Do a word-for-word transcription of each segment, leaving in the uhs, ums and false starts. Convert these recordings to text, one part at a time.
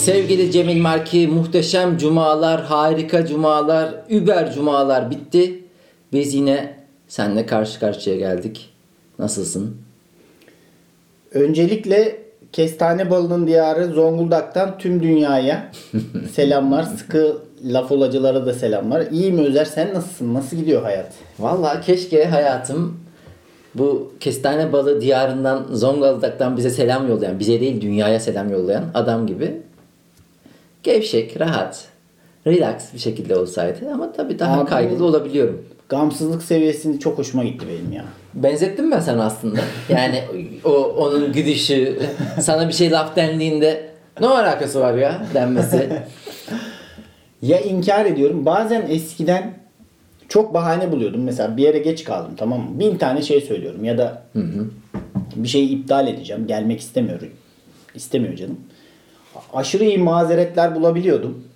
Sevgili Cemil Marki, muhteşem cumalar, harika cumalar, über cumalar bitti. Biz yine seninle karşı karşıya geldik. Nasılsın? Öncelikle kestane balının diyarı Zonguldak'tan tüm dünyaya selamlar. Sıkı laf olacılara da selamlar. İyi mi Özer? Sen nasılsın? Nasıl gidiyor hayat? Vallahi keşke hayatım bu kestane balı diyarından, Zonguldak'tan bize selam yollayan, bize değil dünyaya selam yollayan adam gibi gevşek, rahat, relax bir şekilde olsaydı. Ama tabii daha Abi, kaygılı olabiliyorum. Gamsızlık seviyesinde çok hoşuma gitti benim ya. Benzettim ben sana aslında. Yani o onun gülüşü, sana bir şey laf dendiğinde ne alakası var ya denmesi. Ya inkar ediyorum. Bazen eskiden çok bahane buluyordum. Mesela bir yere geç kaldım, tamam mı? Bin tane şey söylüyorum ya da Hı hı. bir şeyi iptal edeceğim. Gelmek istemiyorum. İstemiyor canım. Aşırı iyi mazeretler bulabiliyordum.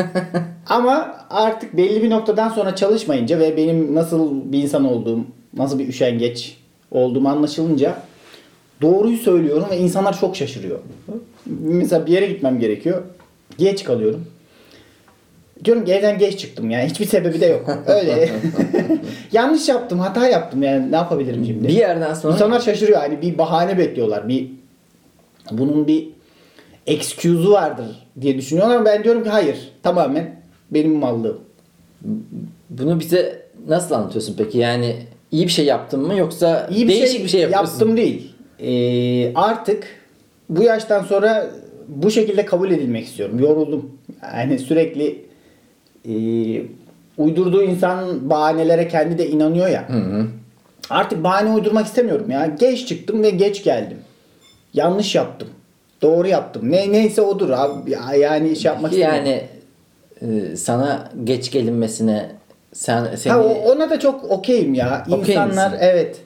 Ama artık belli bir noktadan sonra çalışmayınca ve benim nasıl bir insan olduğum, nasıl bir üşengeç olduğum anlaşılınca doğruyu söylüyorum ve insanlar çok şaşırıyor. Mesela bir yere gitmem gerekiyor. Geç kalıyorum. Diyorum ki evden geç çıktım, yani hiçbir sebebi de yok. Öyle. Yanlış yaptım, hata yaptım, yani ne yapabilirim şimdi? Bir yerden sonra İnsanlar şaşırıyor, hani bir bahane bekliyorlar. Bir bunun bir excuse'u vardır diye düşünüyorlar ama ben diyorum ki hayır, tamamen benim mallığım. bunu bize nasıl anlatıyorsun peki? Yani iyi bir şey yaptın mı yoksa İyi bir değişik şey bir şey yapıyorsun? yaptım değil. Ee, artık bu yaştan sonra bu şekilde kabul edilmek istiyorum. Yoruldum. Yani sürekli e, uydurduğu insan bahanelere kendi de inanıyor ya. Hı hı. Artık bahane uydurmak istemiyorum ya. Geç çıktım ve geç geldim. Yanlış yaptım. Doğru yaptım. Ne neyse odur abi. Ya- Yani iş yapmak istemiyorum. Yani e, sana geç gelinmesine sen seni Ha, o- ona da çok okeyim ya. Okey İnsanlar misin? evet.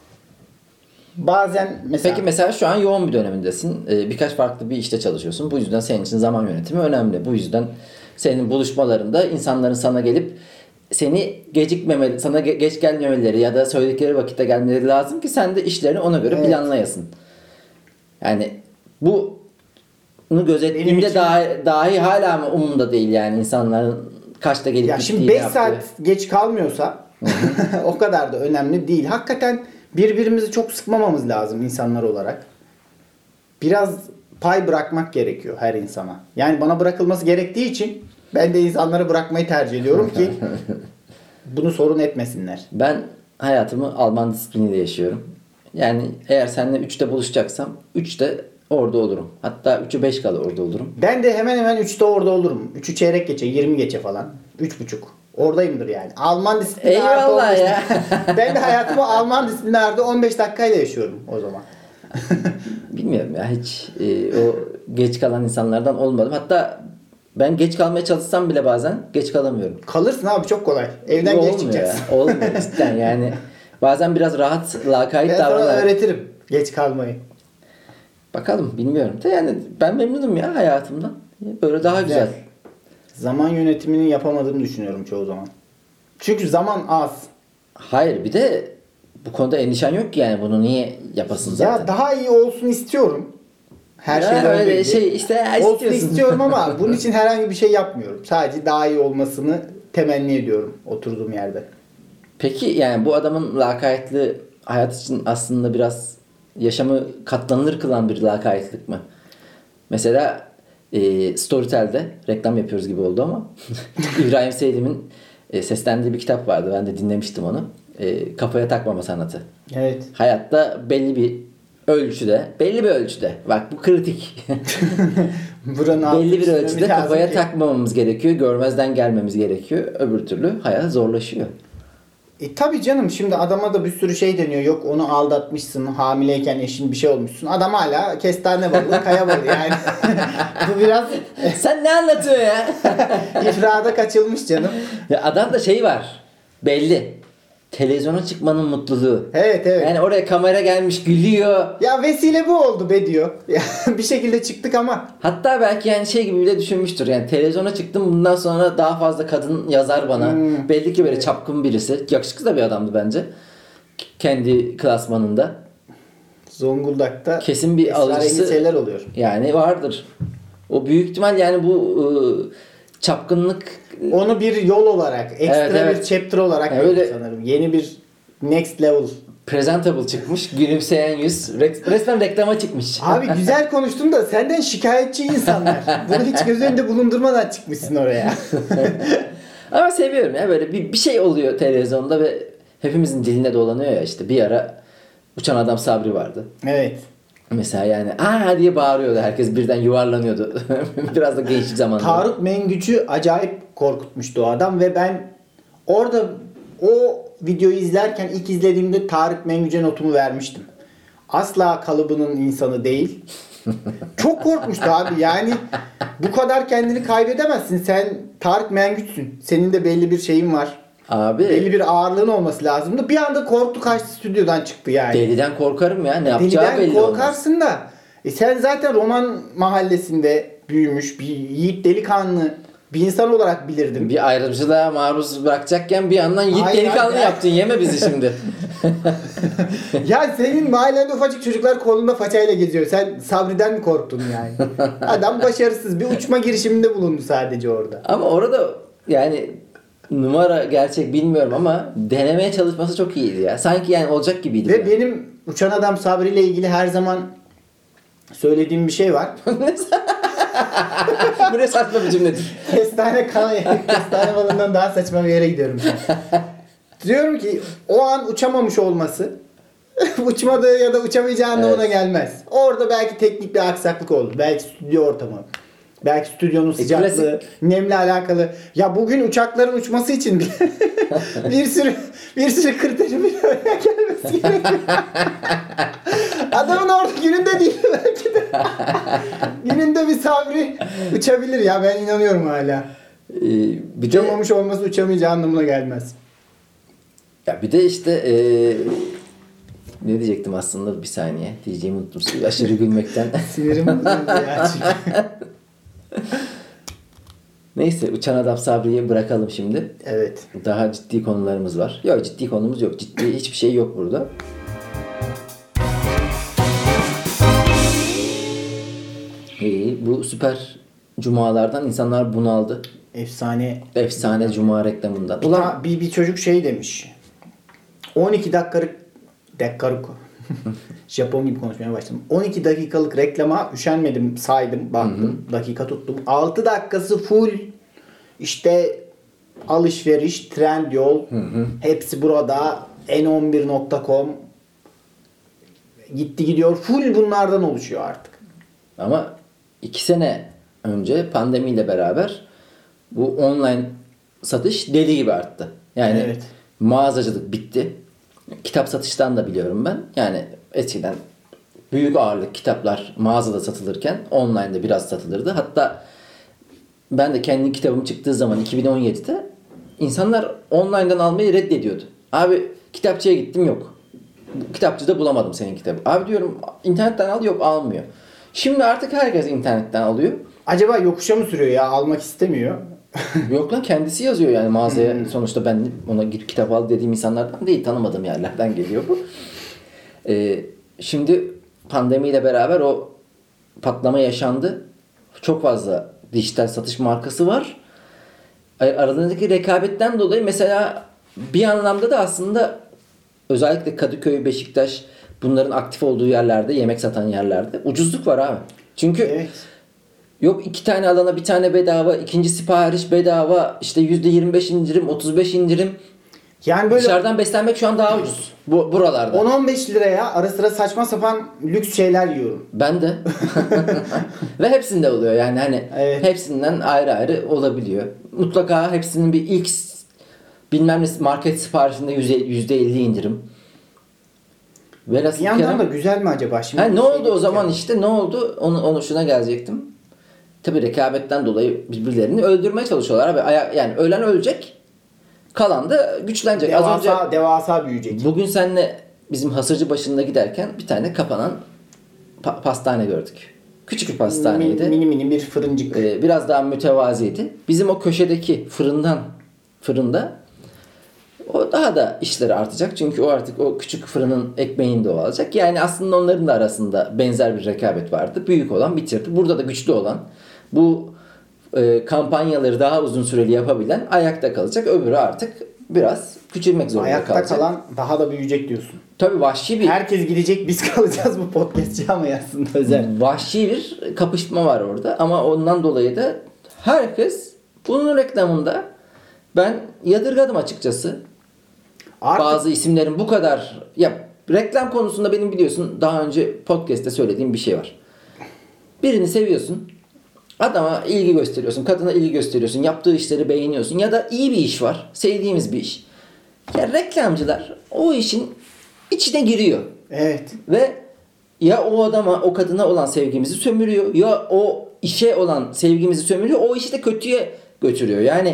Bazen mesela Peki mesela şu an yoğun bir dönemindesin. Ee, birkaç farklı bir işte çalışıyorsun. Bu yüzden senin için zaman yönetimi önemli. Bu yüzden senin buluşmalarında insanların sana gelip seni gecikmemeli, sana ge- geç gelmemeleri ya da söyledikleri vakitte gelmeleri lazım ki sen de işlerini ona göre Evet. planlayasın. Yani bu bunu gözettiğinde Benim için- dahi, dahi hala mı umurumda değil yani insanların kaçta gelip ya gittiğini şimdi beş yaptığı? saat geç kalmıyorsa o kadar da önemli değil. Hakikaten birbirimizi çok sıkmamamız lazım insanlar olarak. Biraz pay bırakmak gerekiyor her insana. Yani bana bırakılması gerektiği için ben de insanlara bırakmayı tercih ediyorum ki bunu sorun etmesinler. Ben hayatımı Alman disipliniyle yaşıyorum. Yani eğer seninle üçte buluşacaksam üçte orada olurum. Hatta üçü beş kala orada olurum. Ben de hemen hemen üçte orada olurum. üçü çeyrek geçe, yirmi geçe falan. üç buçuk. Oradayımdır yani. Alman disiplini artı on Eyvallah beş ya. Ben de hayatımı Alman disiplini artı on beş dakikayla yaşıyorum o zaman. Bilmiyorum ya hiç e, o geç kalan insanlardan olmadım. Hatta ben geç kalmaya çalışsam bile bazen geç kalamıyorum. Kalırsın abi, çok kolay. Evden Olmuyor geç çıkacaksın. ya. Olmuyor cidden yani. Bazen biraz rahat, lakayt Ben sana davranarak. öğretirim geç kalmayı. Bakalım bilmiyorum da yani ben memnunum ya hayatımdan. Böyle daha güzel. Güzel. Zaman yönetimini yapamadığımı düşünüyorum çoğu zaman. Çünkü zaman az. Hayır bir de bu konuda endişen yok ki yani bunu niye yapasın zaten. Ya daha iyi olsun istiyorum. Her Ya şeyden öyle öyle şey işte ya olsun istiyorsun. istiyorum ama bunun için herhangi bir şey yapmıyorum. Sadece daha iyi olmasını temenni ediyorum oturduğum yerde. Peki yani bu adamın lakaytlı hayat için aslında biraz yaşamı katlanılır kılan bir lakaytlık mı? Mesela e, Storytel'de reklam yapıyoruz gibi oldu ama İbrahim Selim'in e, seslendiği bir kitap vardı. Ben de dinlemiştim onu. E, kafaya takmama sanatı. Evet. Hayatta belli bir ölçüde, belli bir ölçüde. Bak bu kritik. Buranın altını belli bir çizmemiz ölçüde lazım kafaya ki- takmamamız gerekiyor. Görmezden gelmemiz gerekiyor. Öbür türlü hayat zorlaşıyor. E tabii canım, şimdi adama da bir sürü şey deniyor. Yok onu aldatmışsın, hamileyken eşin bir şey olmuşsun. Adam hala kestane balığı, kaya balığı yani. Bu biraz Sen ne anlatıyorsun ya? ifrada kaçılmış canım. Ya adam da şey var. Belli. Televizyona çıkmanın mutluluğu. Evet evet. Yani oraya kamera gelmiş gülüyor. Ya vesile bu oldu be diyor. Ya bir şekilde çıktık ama. Hatta belki yani şey gibi bile düşünmüştür. Yani televizyona çıktım bundan sonra daha fazla kadın yazar bana. Hmm. Belli ki böyle çapkın birisi. Yakışıklı da bir adamdı bence. Kendi klasmanında. Zonguldak'ta Kesin bir esrarengiz alıcısı şeyler oluyor. yani vardır. O büyük ihtimal yani bu e, çapkınlık Onu bir yol olarak, ekstra Evet, evet. bir chapter olarak Yani gördüm öyle- sanırım. Yeni bir next level. presentable çıkmış. Gülümseyen yüz. Re- Resmen reklama çıkmış. Abi güzel konuştun da senden şikayetçi insanlar. Bunu hiç göz önünde bulundurmadan çıkmışsın oraya. Ama seviyorum ya, böyle bir, bir şey oluyor televizyonda ve hepimizin diline dolanıyor ya işte. Bir ara Uçan Adam Sabri vardı. Evet. Mesela yani aa diye bağırıyordu. Herkes birden yuvarlanıyordu. Biraz da gençlik zamanında. Tarık Mengüç'ü acayip korkutmuştu o adam ve ben orada o videoyu izlerken ilk izlediğimde Tarık Mengüç'e notumu vermiştim. Asla kalıbının insanı değil. Çok korkmuştu abi. Yani bu kadar kendini kaybedemezsin. Sen Tarık Mengüç'sün. Senin de belli bir şeyin var. Abi Belli bir ağırlığın olması lazımdı. Bir anda korktu, kaçtı, stüdyodan çıktı yani. deliden korkarım ya. Ne yapacağı Deliden belli olmaz. korkarsın da. E sen zaten roman mahallesinde büyümüş bir yiğit delikanlı bir insan olarak bilirdim. Bir ayrımcılığa maruz bırakacakken bir yandan yiğit Aynen. delikanlı yaptın. Yeme bizi şimdi. Ya senin mahallende ufacık çocuklar kolunda façayla geziyor. Sen Sabri'den mi korktun yani? Adam başarısız. Bir uçma girişiminde bulundu sadece orada. Ama orada yani numara gerçek bilmiyorum ama denemeye çalışması çok iyiydi ya. Sanki yani olacak gibiydi. Ve yani. benim Uçan Adam Sabri ile ilgili her zaman söylediğim bir şey var. Bu ne saçma bir cümledir. Kestane, kan, kestane balından daha saçma bir yere gidiyorum şu an. Diyorum ki o an uçamamış olması uçmadığı ya da uçamayacağı anlamına Evet. gelmez. Orada belki teknik bir aksaklık oldu. Belki stüdyo ortamı. Belki stüdyonun sıcaklığı, klasik. nemle alakalı. Ya bugün uçakların uçması için bir, bir sürü bir sürü kriterin bir araya gelmesi gerekiyor. Adamın orada gününde değil belki de. Gününde bir Sabri uçabilir ya, ben inanıyorum hala. Ee, bir de Uçamamış olması uçamayacağı anlamına gelmez. ya bir de işte ee, ne diyecektim aslında, bir saniye diyeceğimi unuttum. Aşırı gülmekten. Sinirim bozuldu ya çünkü. Neyse, Uçan Adam Sabri'yi bırakalım şimdi. Evet. Daha ciddi konularımız var. Yok, ciddi konumuz yok. Ciddi hiçbir şey yok burada. İyi, bu süper cumalardan insanlar bunaldı. Efsane. Efsane cuma reklamından. Ulan Ulan bir, bir çocuk şey demiş. on iki dakikalık dakikalık Japon gibi konuşmaya başladım. on iki dakikalık reklama üşenmedim, saydım, baktım, dakika tuttum. altı dakikası full işte alışveriş, Trendyol, hepsi burada, en on bir nokta com gitti gidiyor. Full bunlardan oluşuyor artık. ama iki sene önce pandemiyle beraber bu online satış deli gibi arttı. Yani Evet. mağazacılık bitti. Kitap satıştan da biliyorum ben. Yani eskiden büyük ağırlık kitaplar mağazada satılırken online'da biraz satılırdı. Hatta ben de kendi kitabım çıktığı zaman iki bin on yedide insanlar online'dan almayı reddediyordu. Abi kitapçıya gittim, yok. Kitapçıda bulamadım senin kitabı. Abi diyorum internetten al, yok almıyor. Şimdi artık herkes internetten alıyor. Acaba yokuşa mı sürüyor ya, almak istemiyor? Yok lan, kendisi yazıyor yani mağazaya. Sonuçta ben ona git kitap al dediğim insanlardan değil, tanımadığım yerlerden geliyor bu. Ee, şimdi pandemiyle beraber o patlama yaşandı. Çok fazla dijital satış markası var. Aralarındaki rekabetten dolayı mesela bir anlamda da aslında özellikle Kadıköy, Beşiktaş, bunların aktif olduğu yerlerde, yemek satan yerlerde ucuzluk var abi. Çünkü Evet. yok iki tane alana bir tane bedava, ikinci sipariş bedava, işte yüzde yirmi beş indirim, otuz beş indirim. Yani böyle Dışarıdan beslenmek şu an daha ucuz bu buralarda. on on beş liraya ara sıra saçma sapan lüks şeyler yiyorum. Ben de. Ve hepsinde oluyor yani, hani Evet. hepsinden ayrı ayrı olabiliyor. Mutlaka hepsinin bir ilk bilmem ne market siparişinde yüzde elli indirim. Velhasıl Bir yandan kelam- da güzel mi acaba? Şimdi Ha, ne şey oldu o dedik zaman ya. işte ne oldu? Onu, onu şuna gelecektim. Tabii rekabetten dolayı birbirlerini öldürmeye çalışıyorlar abi. Aya- Yani ölen ölecek. Kalan da güçlenecek. Az Devasa, önce devasa büyüyecek. bugün seninle bizim hasırcı başında giderken bir tane kapanan pa- pastane gördük. Küçük bir pastaneydi. Mini, mini mini bir fırıncık. Ee, biraz daha mütevaziydi. Bizim o köşedeki fırından fırında o daha da işleri artacak. Çünkü o artık o küçük fırının ekmeğinde o alacak. Yani aslında onların da arasında benzer bir rekabet vardı. Büyük olan bitirdi. Burada da güçlü olan bu e, kampanyaları daha uzun süreli yapabilen ayakta kalacak. Öbürü artık biraz küçülmek zorunda Ayakta kalacak. kalan daha da büyüyecek diyorsun. Tabii vahşi bir Herkes gidecek, biz kalacağız bu podcast camiasında özel. vahşi bir kapışma var orada ama ondan dolayı da herkes bunun reklamında ben yadırgadım açıkçası. Artık Bazı isimlerin bu kadar ya reklam konusunda benim biliyorsun daha önce podcast'te söylediğim bir şey var. Birini seviyorsun. Adama ilgi gösteriyorsun, kadına ilgi gösteriyorsun, yaptığı işleri beğeniyorsun ya da iyi bir iş var, sevdiğimiz bir iş. Ya reklamcılar o işin içine giriyor. evet. Ve ya o adama, o kadına olan sevgimizi sömürüyor ya o işe olan sevgimizi sömürüyor. O işi de kötüye götürüyor. Yani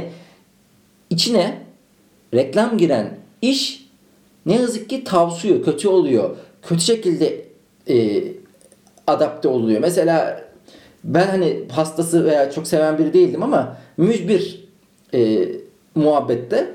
içine reklam giren iş ne yazık ki tavsıyor, kötü oluyor. Kötü şekilde e, adapte oluyor. Mesela ben hani hastası veya çok seven biri değildim ama mücbir e, muhabbette,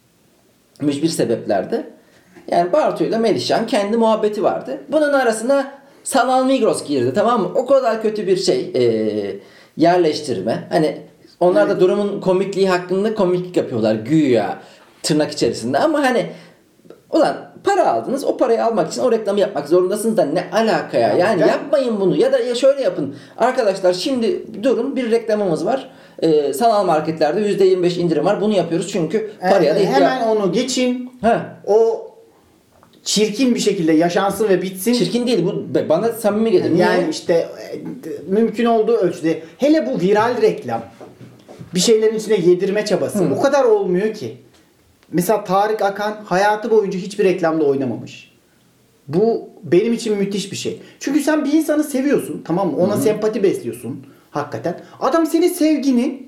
mücbir sebeplerde yani Bartu ile Melihcan kendi muhabbeti vardı. Bunun arasına Sanal Migros girdi, tamam mı? O kadar kötü bir şey e, yerleştirme. Hani onlar da durumun komikliği hakkında komiklik yapıyorlar güya tırnak içerisinde ama hani ulan para aldınız, o parayı almak için o reklamı yapmak zorundasınız da ne alaka ya? Yani ben... yapmayın bunu ya da ya şöyle yapın. Arkadaşlar şimdi durun, bir reklamımız var. Ee, sanal marketlerde yüzde yirmi beş indirim var. Bunu yapıyoruz çünkü paraya da ihtiyaç. Hemen onu geçin. Ha. O çirkin bir şekilde yaşansın ve bitsin. Çirkin değil, bu bana samimi gelir. Yani Niye? işte mümkün olduğu ölçüde, hele bu viral reklam, bir şeylerin içine yedirme çabası Hı. o kadar olmuyor ki. Mesela Tarık Akan hayatı boyunca hiçbir reklamda oynamamış. Bu benim için müthiş bir şey. Çünkü sen bir insanı seviyorsun, tamam mı? Ona Hı. sempati besliyorsun hakikaten. Adam senin sevgini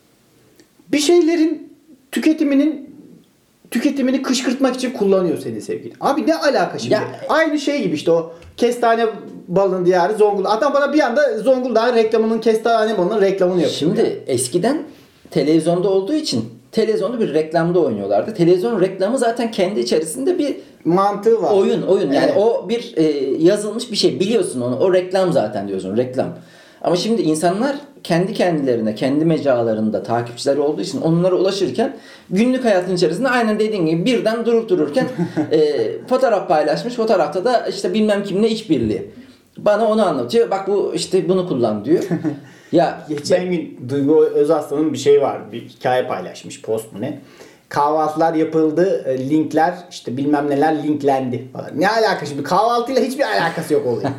bir şeylerin tüketiminin tüketimini kışkırtmak için kullanıyor senin sevgini. Abi ne alaka şimdi? Ya, Aynı şey gibi işte o kestane balının diyarı Zonguldak. Adam bana bir anda Zonguldak'ın reklamının, kestane balının reklamını yapıyor. Şimdi ya. eskiden televizyonda olduğu için televizyonda bir reklamda oynuyorlardı. Televizyon reklamı zaten kendi içerisinde bir mantığı var. Oyun, oyun. Yani evet. o bir e, yazılmış bir şey. Biliyorsun onu. O reklam zaten diyorsun. Reklam. Ama şimdi insanlar kendi kendilerine, kendi mecralarında takipçileri olduğu için onlara ulaşırken günlük hayatın içerisinde aynen dediğin gibi birden durup dururken e, fotoğraf paylaşmış. Fotoğrafta da işte bilmem kimle işbirliği. Bana onu anlatıyor. Bak bu işte bunu kullan diyor. Ya geçen gün Duygu Özaslan'ın bir şey var. Bir hikaye paylaşmış, post mu ne? Kahvaltılar yapıldı, linkler işte bilmem neler linklendi falan. Ne alaka şimdi? Kahvaltıyla hiçbir alakası yok oluyor.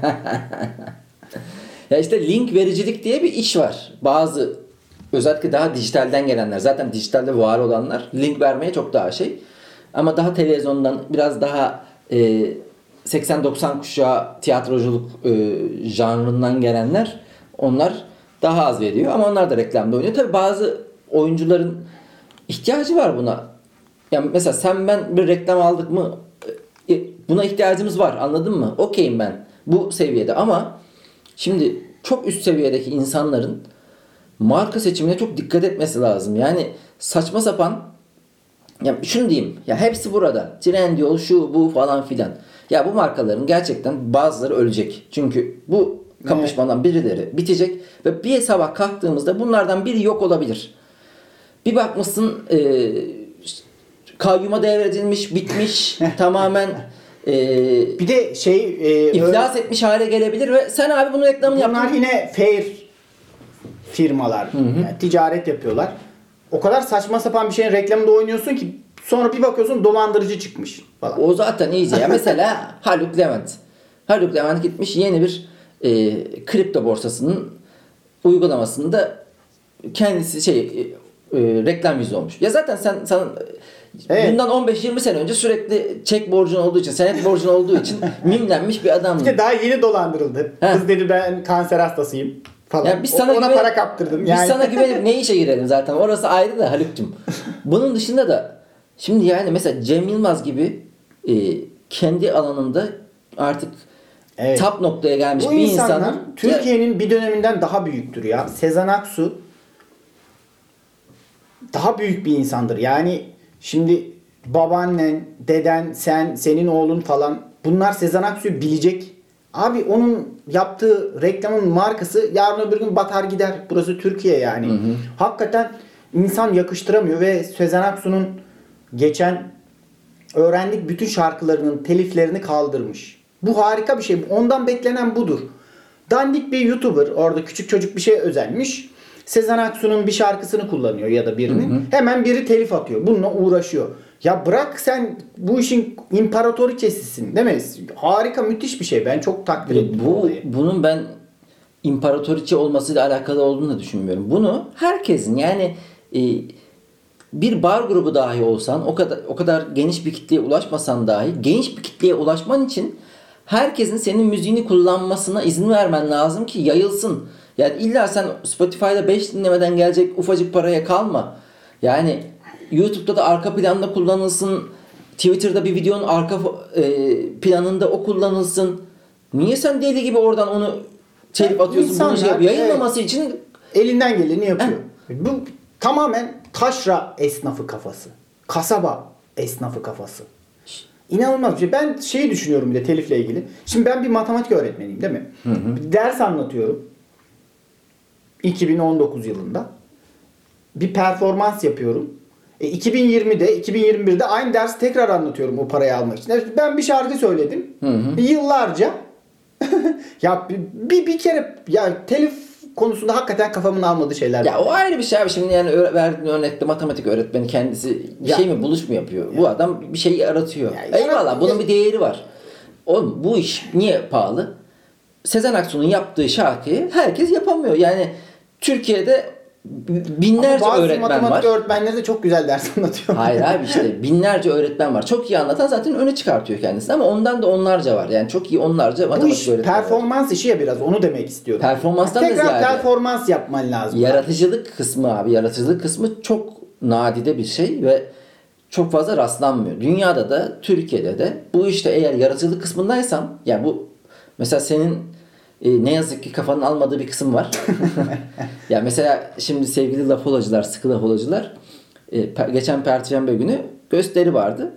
Ya işte link vericilik diye bir iş var. Bazı özellikle daha dijitalden gelenler, zaten dijitalde var olanlar link vermeye çok daha şey. Ama daha televizyondan biraz daha e, seksen doksan kuşağı tiyatroculuk e, janrından gelenler, onlar daha az veriyor ama onlar da reklamda oynuyor. Tabii bazı oyuncuların ihtiyacı var buna. Yani mesela sen ben bir reklam aldık mı e, buna ihtiyacımız var, anladın mı? Okeyim ben bu seviyede ama şimdi çok üst seviyedeki insanların marka seçimine çok dikkat etmesi lazım. Yani saçma sapan, ya şunu diyeyim, ya hepsi burada. Trendyol, şu bu falan filan. Ya bu markaların gerçekten bazıları ölecek. Çünkü bu kapışmadan birileri bitecek ve bir sabah kalktığımızda bunlardan biri yok olabilir. Bir bakmışsın e, kayyuma devredilmiş, bitmiş, tamamen e, bir de şey e, iflas öyle, etmiş hale gelebilir ve sen abi bunun reklamını yaptın. bunlar yine fair firmalar. Hı hı. Yani ticaret yapıyorlar. O kadar saçma sapan bir şeyin reklamında oynuyorsun ki sonra bir bakıyorsun dolandırıcı çıkmış falan. O zaten iyice. Ya mesela Haluk Levent. Haluk Levent gitmiş yeni bir e, kripto borsasının uygulamasında kendisi şey e, e, reklam yüzü olmuş. Ya zaten sen sen evet. bundan on beş yirmi sene önce sürekli çek borcun olduğu için, senet borcun olduğu için mimlenmiş bir adam. İşte daha yeni dolandırıldı. Heh. Kız dedi ben kanser hastasıyım falan. Ya biz sana ona güven, para kaptırdım. Yani. Biz sana güvenip ne işe girelim zaten. Orası ayrı da Haluk'cum. Bunun dışında da şimdi yani mesela Cem Yılmaz gibi e, kendi alanında artık evet. top noktaya gelmiş bu bir insanlar insanın Türkiye'nin bir döneminden daha büyüktür ya. Sezen Aksu daha büyük bir insandır. Yani şimdi babaannen, deden, sen, senin oğlun falan bunlar Sezen Aksu'yu bilecek Abi onun yaptığı reklamın markası yarın öbür gün batar gider. Burası Türkiye yani. Hı hı. Hakikaten insan yakıştıramıyor ve Sezen Aksu'nun geçen öğrendik bütün şarkılarının teliflerini kaldırmış. Bu harika bir şey. Ondan beklenen budur. Dandik bir YouTuber orada küçük çocuk bir şey özenmiş. Sezen Aksu'nun bir şarkısını kullanıyor ya da birinin. Hı hı. Hemen biri telif atıyor. Bununla uğraşıyor. Ya bırak sen bu işin imparatoriçesisin değil mi? Harika, müthiş bir şey. Ben çok takdir ettim. Bu, bunun ben imparatoriçe olmasıyla alakalı olduğunu da düşünmüyorum. Bunu herkesin yani e, bir bar grubu dahi olsan o kadar o kadar geniş bir kitleye ulaşmasan dahi geniş bir kitleye ulaşman için herkesin senin müziğini kullanmasına izin vermen lazım ki yayılsın. Yani illa sen Spotify'da beş dinlemeden gelecek ufacık paraya kalma. Yani YouTube'da da arka planda kullanılsın. Twitter'da bir videonun arka e, planında o kullanılsın. Niye sen deli gibi oradan onu telif atıyorsun? İnsanlar, bunu şey yapıyor. Yayınlaması evet, için elinden geleni yapıyor. Heh. Bu tamamen taşra esnafı kafası. Kasaba esnafı kafası. İnanılmaz bir şey. Ben şeyi düşünüyorum bir de telifle ilgili. Şimdi ben bir matematik öğretmeniyim değil mi? Hı hı. Bir ders anlatıyorum. iki bin on dokuz yılında. Bir performans yapıyorum. E, iki bin yirmide, iki bin yirmi birde aynı dersi tekrar anlatıyorum o parayı almak için. Ben bir şarkı söyledim. Hı hı. Yıllarca. ya bir, bir, bir kere ya telif konusunda hakikaten kafamın almadığı şeyler. Ya var. O ayrı bir şey abi. Şimdi yani verdiğin örnekte matematik öğretmeni kendisi bir ya. şey mi buluş mu yapıyor? Ya. Bu adam bir şey yaratıyor. Ya, Eyvallah yarat- bunun bir değeri var. Oğlum bu iş niye pahalı? Sezen Aksu'nun yaptığı şarkıyı herkes yapamıyor. Yani Türkiye'de binlerce Ama bazı öğretmen var. Bazı matematik öğretmenleri de çok güzel ders anlatıyor. Hayır abi işte binlerce öğretmen var. Çok iyi anlatan zaten öne çıkartıyor kendisini ama ondan da onlarca var. Yani çok iyi onlarca matematik öğretmen var. Bu iş performans işi ya biraz onu demek istiyorum. Performanstan da Tekrar ziyade. performans yapman lazım. Yaratıcılık abi. kısmı abi. Yaratıcılık kısmı çok nadide bir şey ve çok fazla rastlanmıyor. Dünyada da Türkiye'de de bu işte eğer yaratıcılık kısmındaysan yani bu mesela senin e, ne yazık ki kafanın almadığı bir kısım var. Ya mesela şimdi sevgili lafolacılar, sıkı lafolacılar e, per, geçen Perşembe günü gösteri vardı.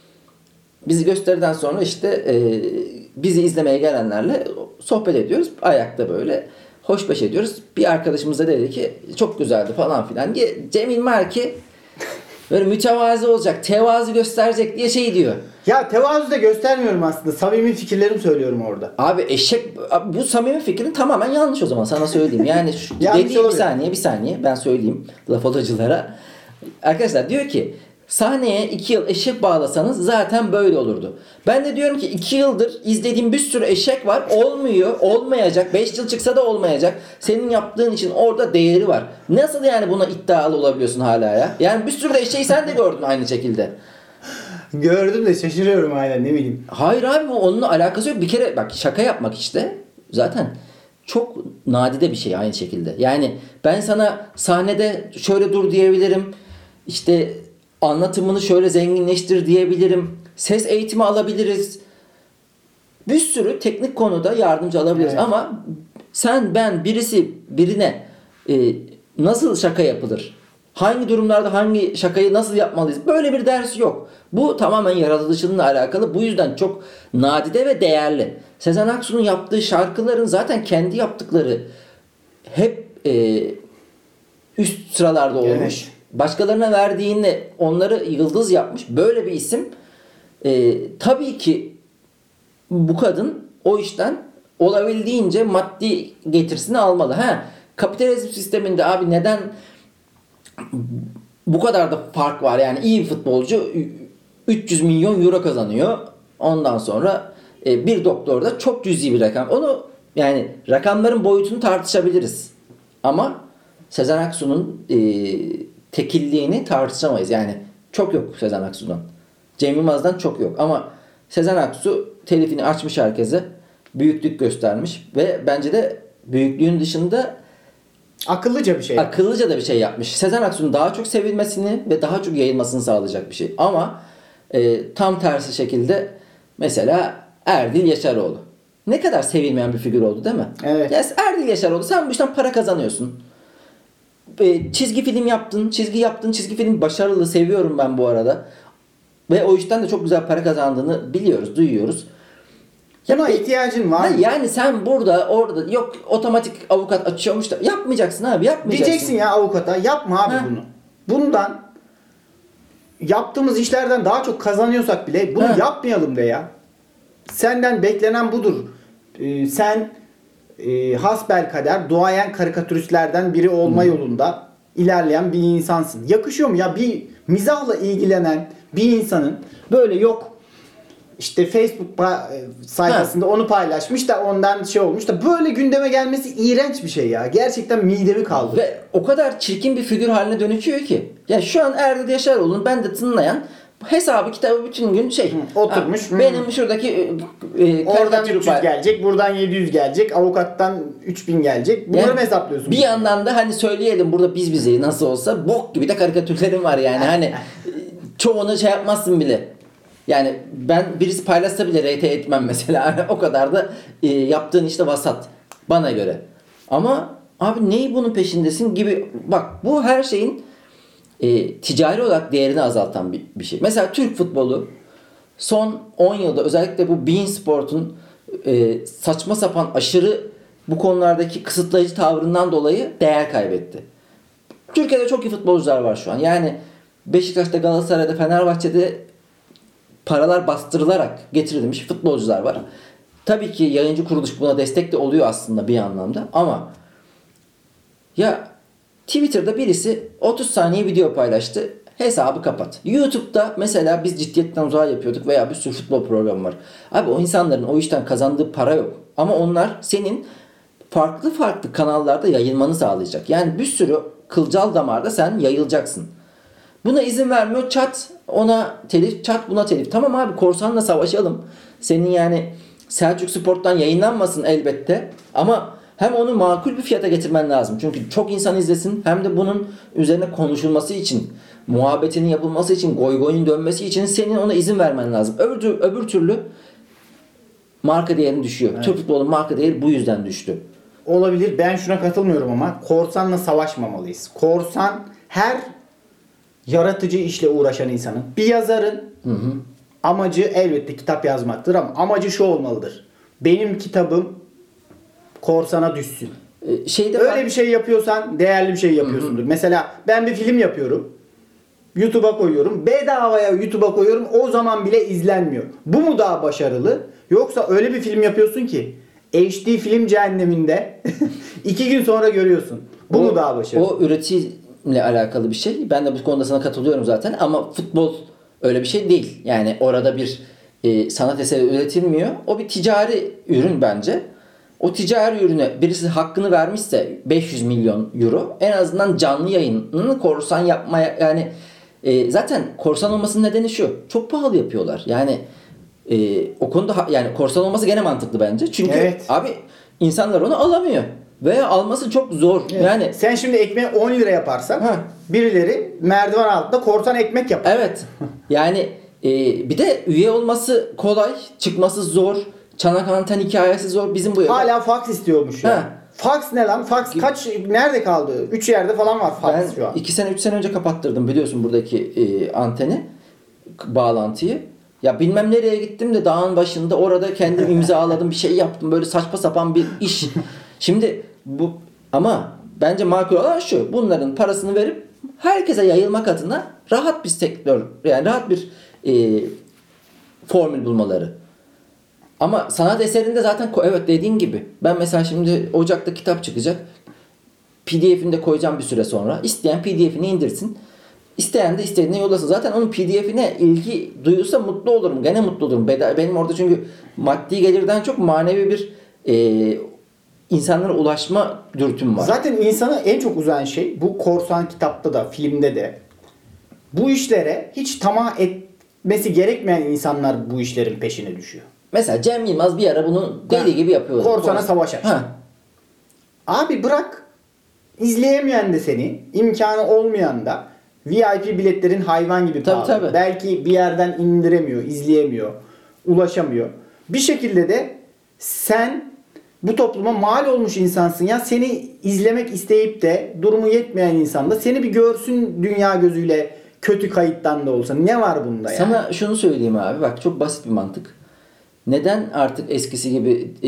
Biz gösteriden sonra işte e, bizi izlemeye gelenlerle sohbet ediyoruz. Ayakta böyle hoşbeş ediyoruz. Bir arkadaşımız da dedi ki çok güzeldi falan filan diye. Cemil Marki böyle mütevazi olacak, tevazu gösterecek diye şey diyor. Ya tevazu da göstermiyorum aslında. Samimi fikirlerimi söylüyorum orada. Abi eşek, bu samimi fikrin tamamen yanlış o zaman sana söyleyeyim. Yani şu dediği bir saniye bir saniye ben söyleyeyim lafolacılara. Arkadaşlar diyor ki sahneye iki yıl eşek bağlasanız zaten böyle olurdu. Ben de diyorum ki iki yıldır izlediğim bir sürü eşek var. Olmuyor, olmayacak. beş yıl çıksa da olmayacak. Senin yaptığın için orada değeri var. Nasıl yani buna iddialı olabiliyorsun hala ya? Yani bir sürü de eşeği sen de gördün aynı şekilde. Gördüm de şaşırıyorum aynen ne bileyim. Hayır abi bu onunla alakası yok. Bir kere bak şaka yapmak işte zaten çok nadide bir şey aynı şekilde. Yani ben sana sahnede şöyle dur diyebilirim. İşte anlatımını şöyle zenginleştir diyebilirim. Ses eğitimi alabiliriz. Bir sürü teknik konuda yardımcı alabiliriz. Evet. Ama sen ben birisi birine e, nasıl şaka yapılır? Hangi durumlarda hangi şakayı nasıl yapmalıyız? Böyle bir ders yok. Bu tamamen yaratıcılığıyla alakalı. Bu yüzden çok nadide ve değerli. Sezen Aksu'nun yaptığı şarkıların zaten kendi yaptıkları hep e, üst sıralarda olmuş. Evet. Başkalarına verdiğinde onları yıldız yapmış. Böyle bir isim. E, tabii ki bu kadın o işten olabildiğince maddi getirisini almalı. Ha, kapitalizm sisteminde abi neden bu kadar da fark var? Yani iyi bir futbolcu üç yüz milyon euro kazanıyor. Ondan sonra e, bir doktor da çok cüzi bir rakam. Onu yani rakamların boyutunu tartışabiliriz. Ama Sezen Aksu'nun e, tekilliğini tartışamayız. Yani çok yok Sezen Aksu'dan. Cem Yılmaz'dan çok yok. Ama Sezen Aksu telifini açmış herkese. Büyüklük göstermiş. Ve bence de büyüklüğün dışında akıllıca bir şey. Akıllıca da bir şey yapmış. Sezen Aksu'nun daha çok sevilmesini ve daha çok yayılmasını sağlayacak bir şey. Ama e, tam tersi şekilde mesela Erdil Yaşaroğlu. Ne kadar sevilmeyen bir figür oldu değil mi? Evet. Ya Erdil Yaşaroğlu sen bu işten para kazanıyorsun. E, çizgi film yaptın, çizgi yaptın, çizgi film başarılı, seviyorum ben bu arada. Ve o işten de çok güzel para kazandığını biliyoruz, duyuyoruz. Buna ihtiyacın var mı? Yani sen burada orada yok otomatik avukat açıyormuş da yapmayacaksın abi, yapmayacaksın. Diyeceksin ya avukata yapma abi ha. bunu. Bundan yaptığımız işlerden daha çok kazanıyorsak bile bunu ha. yapmayalım de ya. Senden beklenen budur. Ee, sen e, hasbelkader duayen karikatüristlerden biri olma hmm. yolunda ilerleyen bir insansın. Yakışıyor mu ya bir mizahla ilgilenen bir insanın böyle yok işte Facebook sayfasında ha. onu paylaşmış da ondan şey olmuş da böyle gündeme gelmesi iğrenç bir şey ya. Gerçekten midemi kaldırdı. Ve o kadar çirkin bir figür haline dönüşüyor ki. Ya şu an Erdal Yaşaroğlu'nun ben de tınlayan hesabı kitabı bütün gün şey Hı, oturmuş. Ha, benim şuradaki e, oradan üç yüz var. Gelecek, buradan yedi yüz gelecek, avukattan üç bin gelecek. Bunları yani, mı hesaplıyorsun? Bir yandan da hani söyleyelim burada biz bizeyi nasıl olsa bok gibi de karikatürlerim var yani hani çoğunu şey yapmazsın bile. Yani ben birisi paylaşsa bile reyte etmem mesela. O kadar da e, yaptığın işte vasat bana göre. Ama abi neyi bunun peşindesin gibi bak bu her şeyin e, ticari olarak değerini azaltan bir, bir şey. Mesela Türk futbolu son on yılda özellikle bu beIN Sport'un e, saçma sapan aşırı bu konulardaki kısıtlayıcı tavrından dolayı değer kaybetti. Türkiye'de çok iyi futbolcular var şu an. Yani Beşiktaş'ta, Galatasaray'da, Fenerbahçe'de paralar bastırılarak getirilmiş futbolcular var. Tabii ki yayıncı kuruluş buna destek de oluyor aslında bir anlamda ama ya Twitter'da birisi otuz saniye video paylaştı. Hesabı kapat. YouTube'da mesela biz ciddiyetten uzağa yapıyorduk veya bir sürü futbol programı var. Abi o insanların o işten kazandığı para yok. Ama onlar senin farklı farklı kanallarda yayılmanı sağlayacak. Yani bir sürü kılcal damarda sen yayılacaksın. Buna izin vermiyor. Çat ona telif, çat buna telif. Tamam abi korsanla savaşalım. Senin yani Selçuk Spor'tan yayınlanmasın elbette. Ama hem onu makul bir fiyata getirmen lazım. Çünkü çok insan izlesin. Hem de bunun üzerine konuşulması için, muhabbetinin yapılması için, goy goyun dönmesi için senin ona izin vermen lazım. Öbür, öbür türlü marka değerin düşüyor. Evet. Türk futbolunun marka değeri bu yüzden düştü. Olabilir. Ben şuna katılmıyorum ama korsanla savaşmamalıyız. Korsan her yaratıcı işle uğraşan insanın, bir yazarın hı hı. amacı elbette kitap yazmaktır ama amacı şu olmalıdır. Benim kitabım korsana düşsün. Ee, şeyde Öyle ben... bir şey yapıyorsan değerli bir şey yapıyorsundur. Hı hı. Mesela ben bir film yapıyorum. YouTube'a koyuyorum. Bedavaya YouTube'a koyuyorum. O zaman bile izlenmiyor. Bu mu daha başarılı? Yoksa öyle bir film yapıyorsun ki H D film cehenneminde iki gün sonra görüyorsun. Bu o, mu daha başarılı? O üretici ile alakalı bir şey. Ben de bu konuda sana katılıyorum zaten ama futbol öyle bir şey değil. Yani orada bir e, sanat eseri üretilmiyor. O bir ticari ürün bence. O ticari ürüne birisi hakkını vermişse beş yüz milyon euro en azından canlı yayınını korsan yapmaya yani e, zaten korsan olmasının nedeni şu. Çok pahalı yapıyorlar. Yani e, o konuda yani korsan olması gene mantıklı bence. Çünkü evet. abi insanlar onu alamıyor. Veya alması çok zor. Evet. Yani sen şimdi ekmeği on lira yaparsan ha. birileri merdiven altında korsan ekmek yapar. Evet. Yani e, bir de üye olması kolay, çıkması zor. Çanak anten hikayesi zor. Bizim bu hala fax istiyormuş ya. Ha. Fax ne lan? Fax kaç nerede kaldı? üç yerde falan var fax ben şu an. iki sene üç sene önce kapattırdım biliyorsun buradaki e, anteni, bağlantıyı. Ya bilmem nereye gittim de dağın başında orada kendim imzaladım bir şey yaptım. Böyle saçma sapan bir iş. Şimdi bu ama bence makul olan şu. Bunların parasını verip herkese yayılmak adına rahat bir sektör yani rahat bir e, formül bulmaları. Ama sanat eserinde zaten evet dediğin gibi. Ben mesela şimdi Ocak'ta kitap çıkacak. P D F'ini de koyacağım bir süre sonra. İsteyen P D F'ini indirsin. İsteyen de istediğine yollasın. Zaten onun P D F'ine ilgi duyulsa mutlu olurum. Gene mutlu olurum. Benim orada çünkü maddi gelirden çok manevi bir e, insanlara ulaşma dürtüm var. Zaten insana en çok uzayan şey bu korsan kitapta da filmde de bu işlere hiç tamah etmesi gerekmeyen insanlar bu işlerin peşine düşüyor. Mesela Cem Yılmaz bir ara bunu deli ha, gibi yapıyor. Korsana savaş açtı. Ha. Abi bırak izleyemeyen de seni, imkanı olmayan da V I P biletlerin hayvan gibi pahalı. Tabii, tabii. Belki bir yerden indiremiyor, izleyemiyor, ulaşamıyor. Bir şekilde de sen bu topluma mal olmuş insansın ya. Seni izlemek isteyip de durumu yetmeyen insan da seni bir görsün dünya gözüyle kötü kayıttan da olsa. Ne var bunda ya? Sana şunu söyleyeyim abi. Bak çok basit bir mantık. Neden artık eskisi gibi e,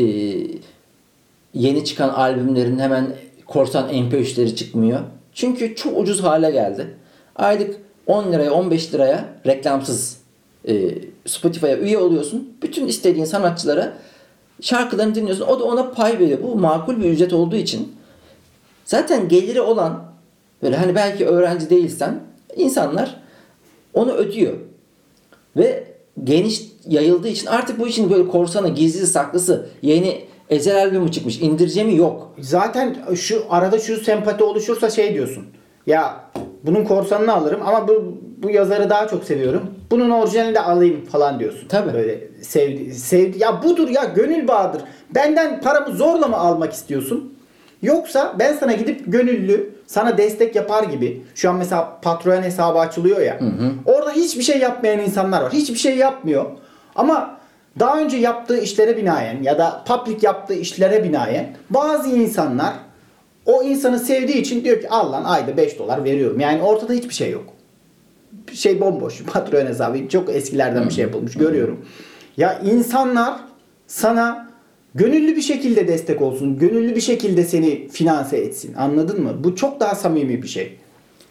yeni çıkan albümlerin hemen korsan M P üçleri çıkmıyor? Çünkü çok ucuz hale geldi. Aylık on liraya on beş liraya reklamsız e, Spotify'a üye oluyorsun. Bütün istediğin sanatçılara şarkılarını dinliyorsun. O da ona pay veriyor. Bu makul bir ücret olduğu için zaten geliri olan, böyle hani belki öğrenci değilsen, insanlar onu ödüyor. Ve geniş yayıldığı için artık bu işin böyle korsanı, gizlisi, saklısı, yeni Ezel albümü çıkmış, indireceğimi yok. Zaten şu arada şu sempati oluşursa şey diyorsun. Ya bunun korsanını alırım ama bu bu yazarı daha çok seviyorum. Bunun orijinalini de alayım falan diyorsun. Tabii. Böyle sevdi, sevdi. Ya budur ya, gönül bağıdır. Benden paramı zorla mı almak istiyorsun? Yoksa ben sana gidip gönüllü sana destek yapar gibi. Şu an mesela Patreon hesabı açılıyor ya. Hı hı. Orada hiçbir şey yapmayan insanlar var. Hiçbir şey yapmıyor. Ama daha önce yaptığı işlere binaen ya da public yaptığı işlere binaen bazı insanlar o insanı sevdiği için diyor ki al lan ayda beş dolar veriyorum. Yani ortada hiçbir şey yok. Şey bomboş. Patreon hesabı çok eskilerden bir şey yapılmış. Görüyorum. Ya insanlar sana gönüllü bir şekilde destek olsun. Gönüllü bir şekilde seni finanse etsin. Anladın mı? Bu çok daha samimi bir şey.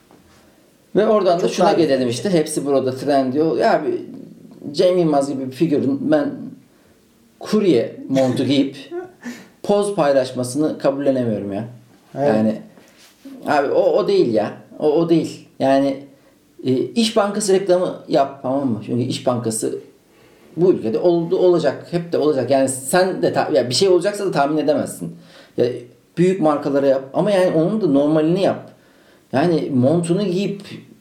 Ve oradan çok da şuna gelelim işte. Hepsi burada tren diyor. Ya abi Cem Yılmaz gibi bir figürün ben kurye montu giyip poz paylaşmasını kabullenemiyorum ya. Evet. Yani abi o o değil ya. O o değil. Yani e, İş Bankası reklamı yap, tamam mı? Çünkü İş Bankası bu ülkede oldu, olacak. Hep de olacak. Yani sen de ta- ya bir şey olacaksa da tahmin edemezsin. Ya büyük markalara yap ama yani onun da normalini yap. Yani montunu giyip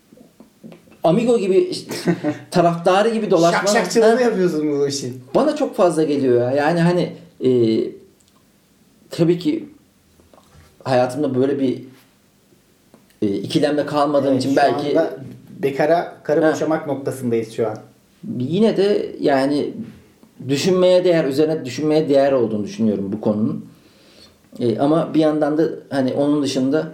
Amigo gibi taraftarı gibi dolaşma. Şakşakçılığını yapıyorsun bu işin. Bana çok fazla geliyor ya. Yani hani e, tabii ki hayatımda böyle bir e, ikilemde kalmadığım Evet, için şu belki anda bekara karı Ha. boşamak noktasındayız şu an. yine de yani düşünmeye değer, üzerine düşünmeye değer olduğunu düşünüyorum bu konunun. E, ama bir yandan da hani onun dışında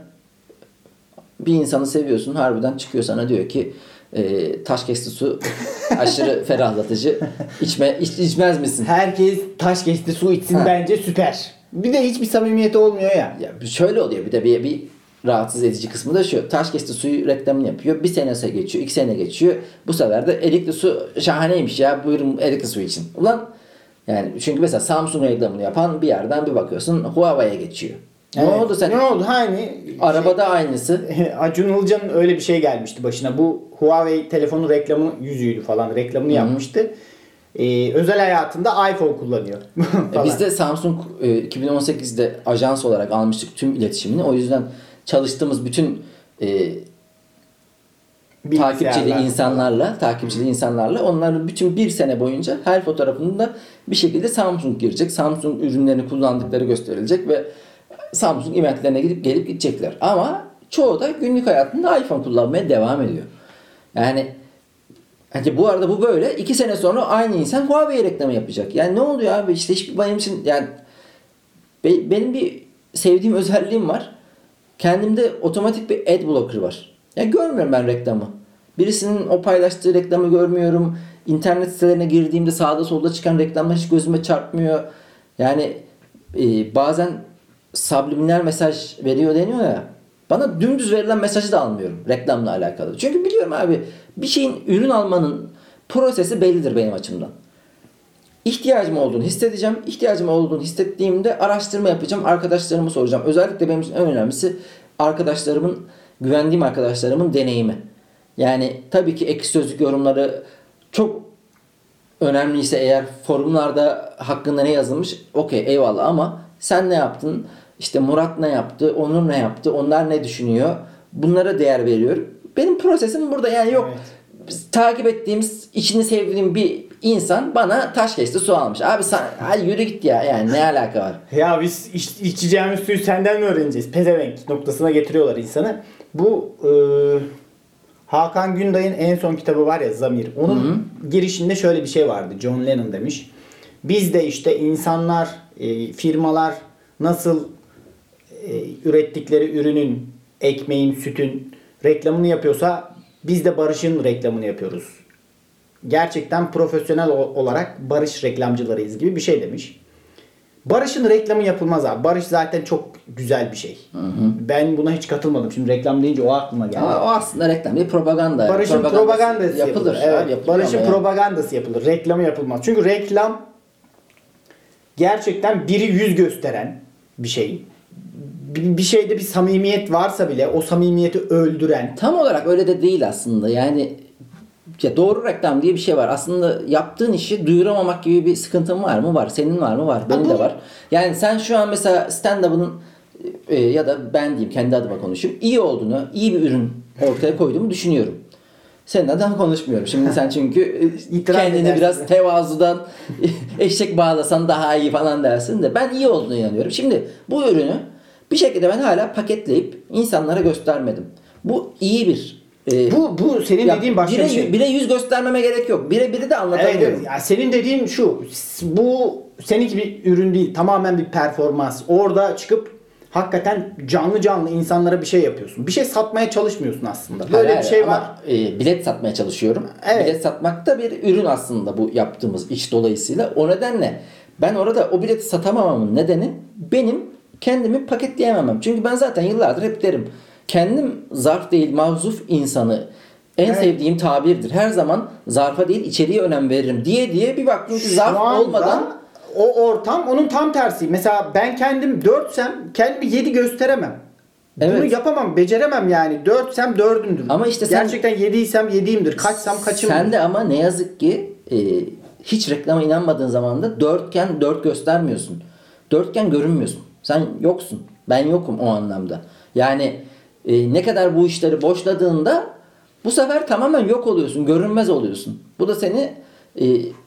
bir insanı seviyorsun, harbiden çıkıyor sana diyor ki e, taş kesti su aşırı ferahlatıcı. İçme, iç, içmez misin? Herkes taş kesti su içsin, Ha. bence süper. Bir de hiçbir samimiyeti olmuyor ya. Ya şöyle oluyor, bir de bir, bir rahatsız edici kısmı da şu. Taş kesti suyu reklamını yapıyor. Bir senesi geçiyor, iki sene geçiyor. Bu sefer de erikli su şahaneymiş ya. Buyurun erikli su için. Ulan yani çünkü mesela Samsung reklamını yapan bir yerden bir bakıyorsun Huawei'ye geçiyor. Evet. Ne oldu sen? Ne oldu? Hani Arabada aynısı. Acun Ilıcalı'nın öyle bir şey gelmişti başına. Bu Huawei telefonu reklamı yüzüydü falan. Reklamını Hı-hı. yapmıştı. Ee, özel hayatında iPhone kullanıyor. e biz de Samsung e, iki bin on sekizde ajans olarak almıştık tüm iletişimini. O yüzden çalıştığımız bütün e, takipçili insanlarla, takipçili insanlarla onların bütün bir sene boyunca her fotoğrafında bir şekilde Samsung girecek. Samsung ürünlerini kullandıkları gösterilecek ve Samsung eventlerine gidip gelip gidecekler. Ama çoğu da günlük hayatında iPhone kullanmaya devam ediyor. Yani hani bu arada bu böyle. iki sene sonra aynı insan Huawei reklamı yapacak. Yani ne oluyor abi? İşte hiçbir benim için yani be, benim bir sevdiğim özelliğim var. Kendimde otomatik bir ad blocker var. Yani görmüyorum ben reklamı. Birisinin o paylaştığı reklamı görmüyorum. İnternet sitelerine girdiğimde sağda solda çıkan reklamlar hiç gözüme çarpmıyor. Yani e, bazen subliminal mesaj veriyor deniyor ya. Bana dümdüz verilen mesajı da almıyorum reklamla alakalı. Çünkü biliyorum abi bir şeyin ürün almanın prosesi bellidir benim açımdan. İhtiyacım olduğunu hissedeceğim. İhtiyacım olduğunu hissettiğimde araştırma yapacağım. Arkadaşlarıma soracağım. Özellikle benim için en önemlisi arkadaşlarımın, güvendiğim arkadaşlarımın deneyimi. Yani tabii ki ekşi sözlük yorumları çok önemliyse eğer forumlarda hakkında ne yazılmış okey eyvallah ama sen ne yaptın? İşte Murat ne yaptı? Onur ne yaptı? Onlar ne düşünüyor? Bunlara değer veriyorum. Benim prosesim burada yani yok. Evet. Takip ettiğimiz, içini sevdiğim bir insan bana taş kesti su almış. Abi sen hadi yürü git ya. Yani ne alaka var? Ya biz iç, içeceğimiz suyu senden mi öğreneceğiz? Pezevenk noktasına getiriyorlar insanı. Bu e, Hakan Günday'ın en son kitabı var ya Zamir. Onun Hı-hı. girişinde şöyle bir şey vardı. John Lennon demiş. Biz de işte insanlar, e, firmalar nasıl e, ürettikleri ürünün, ekmeğin, sütün reklamını yapıyorsa biz de barışın reklamını yapıyoruz gerçekten profesyonel o- olarak Barış reklamcılarıyız gibi bir şey demiş. Barış'ın reklamı yapılmaz abi. Barış zaten çok güzel bir şey. Hı hı. Ben buna hiç katılmadım. Şimdi reklam deyince o aklıma geldi. Ama o aslında reklam değil, propaganda. Barış'ın propagandası, propagandası yapılır. yapılır. Evet. Abi, yapılıyor Barış'ın ama yani. propagandası yapılır. Reklamı yapılmaz. Çünkü reklam gerçekten biri yüz gösteren bir şey. Bir bir şeyde bir samimiyet varsa bile o samimiyeti öldüren. Tam olarak öyle de değil aslında. Yani ya doğru reklam diye bir şey var. Aslında yaptığın işi duyuramamak gibi bir sıkıntın var mı? Var. Senin var mı? Var. Benim bu- de var. Yani sen şu an mesela stand-up'ın e, ya da ben diyeyim kendi adıma konuşayım. İyi olduğunu, iyi bir ürün ortaya koyduğumu düşünüyorum. Senin adına konuşmuyorum. Şimdi sen çünkü e, İtiraz kendini edersin. biraz tevazudan eşek bağlasan daha iyi falan dersin de ben iyi olduğunu inanıyorum. Şimdi bu ürünü bir şekilde ben hala paketleyip insanlara göstermedim. Bu iyi bir e, Bu bu senin ya dediğin başka bire, bir şey. Bire yüz göstermeme gerek yok. Bire biri de Evet, anlatamıyorum. evet. Ya senin dediğin şu. Bu seninki bir ürün değil. Tamamen bir performans. Orada çıkıp hakikaten canlı canlı insanlara bir şey yapıyorsun. Bir şey satmaya çalışmıyorsun aslında. Böyle Hayır, bir şey ama, var. e, bilet satmaya çalışıyorum. Evet. Bilet satmak da bir ürün aslında bu yaptığımız iş dolayısıyla. O nedenle ben orada o bileti satamamamın nedeni benim kendimi paketleyememem. Çünkü ben zaten yıllardır hep derim. Kendim zarf değil mavzuf insanı en Evet. sevdiğim tabirdir. Her zaman zarfa değil içeriğe önem veririm diye diye bir baktım ki zarf Şu anda olmadan o ortam onun tam tersi. Mesela ben kendim dörtsem kendimi yedi gösteremem. Bunu Evet. yapamam, beceremem yani. Dörtsem dördümdür. Ama işte sen- gerçekten yediysem yediğimdir. Kaçsam kaçımdır. sen de ama ne yazık ki e, hiç reklama inanmadığın zaman da dörtken dört göstermiyorsun. Dörtken görünmüyorsun. Sen yoksun. Ben yokum o anlamda. Yani e, ne kadar bu işleri boşladığında bu sefer tamamen yok oluyorsun. Görünmez oluyorsun. Bu da seni e,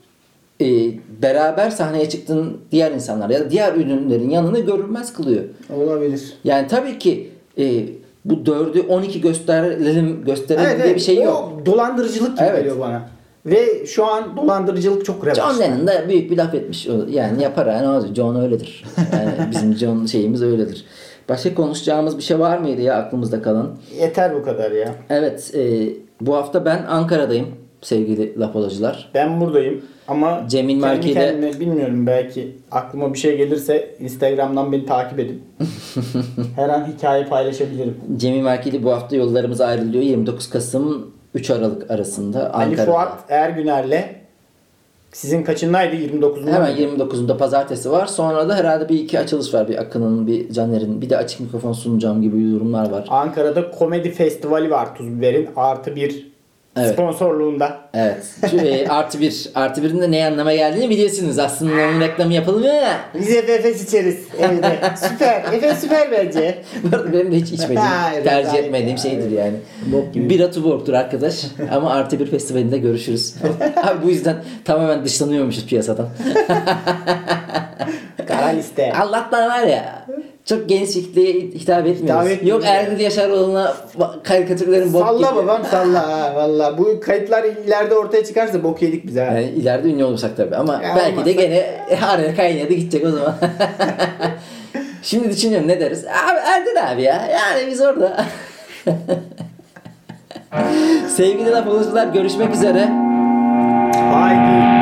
e, beraber sahneye çıktığın diğer insanlar ya da diğer ürünlerin yanını görünmez kılıyor. Olabilir. Yani tabii ki e, bu dördü on iki gösterelim gösterelim Evet, diye evet. bir şey O yok. dolandırıcılık gibi Evet. geliyor bana. Ve şu an dolandırıcılık çok revaçta. John Lennon da büyük bir laf etmiş. O- Yani yapar yani o John öyledir. Yani bizim John şeyimiz öyledir. Başka konuşacağımız bir şey var mıydı ya aklımızda kalan? Yeter bu kadar ya. Evet, e, bu hafta ben Ankara'dayım sevgili lapolacılar. Ben buradayım ama Cemil kendi Marki'de- kendime bilmiyorum, belki aklıma bir şey gelirse Instagram'dan beni takip edin. Her an hikaye paylaşabilirim. Cemil Markili bu hafta yollarımız ayrılıyor. yirmi dokuz Kasım üç Aralık arasında Ali Ankara'da. Fuat Ergüner'le sizin kaçındaydı? yirmi dokuzunda Hemen mıydı? yirmi dokuzunda pazartesi var. Sonra da herhalde bir iki açılış var. Bir Akın'ın, bir Caner'in, bir de açık mikrofon sunacağım gibi durumlar var. Ankara'da komedi festivali var Tuz Biber'in artı bir Evet. sponsorluğunda. Evet. Şu, e, artı bir. Artı birin de ne anlama geldiğini biliyorsunuz. Aslında onun reklamı yapılmıyor ya. Biz hep Efes içeriz evde. Süper. Efes süper bence. Bu arada benim de hiç içmediğim, Hayır, tercih hayır, etmediğim hayır. şeydir yani. Bok gibi. Bira Tuborg'tur arkadaş. Ama artı bir festivalinde görüşürüz. Abi bu yüzden tamamen dışlanıyormuşuz piyasadan. Kara liste. Allah'tan var ya. Çok geniş kitleye hitap etmiyoruz. etmiyoruz Yok ya. Erdil Yaşaroğlu'na ba- karikatürlerin bok Salla gibi. babam salla ha valla. Bu kayıtlar ileride ortaya çıkarsa bok yedik biz ha. Yani ileride ünlü olursak tabii ama Ya belki de olmazsa- gene araya kaynadı gidecek o zaman. Şimdi düşünüyorum ne deriz? Abi Erdil abi ya. Yani biz orada. Sevgili laf oluşçular görüşmek üzere. Haydi.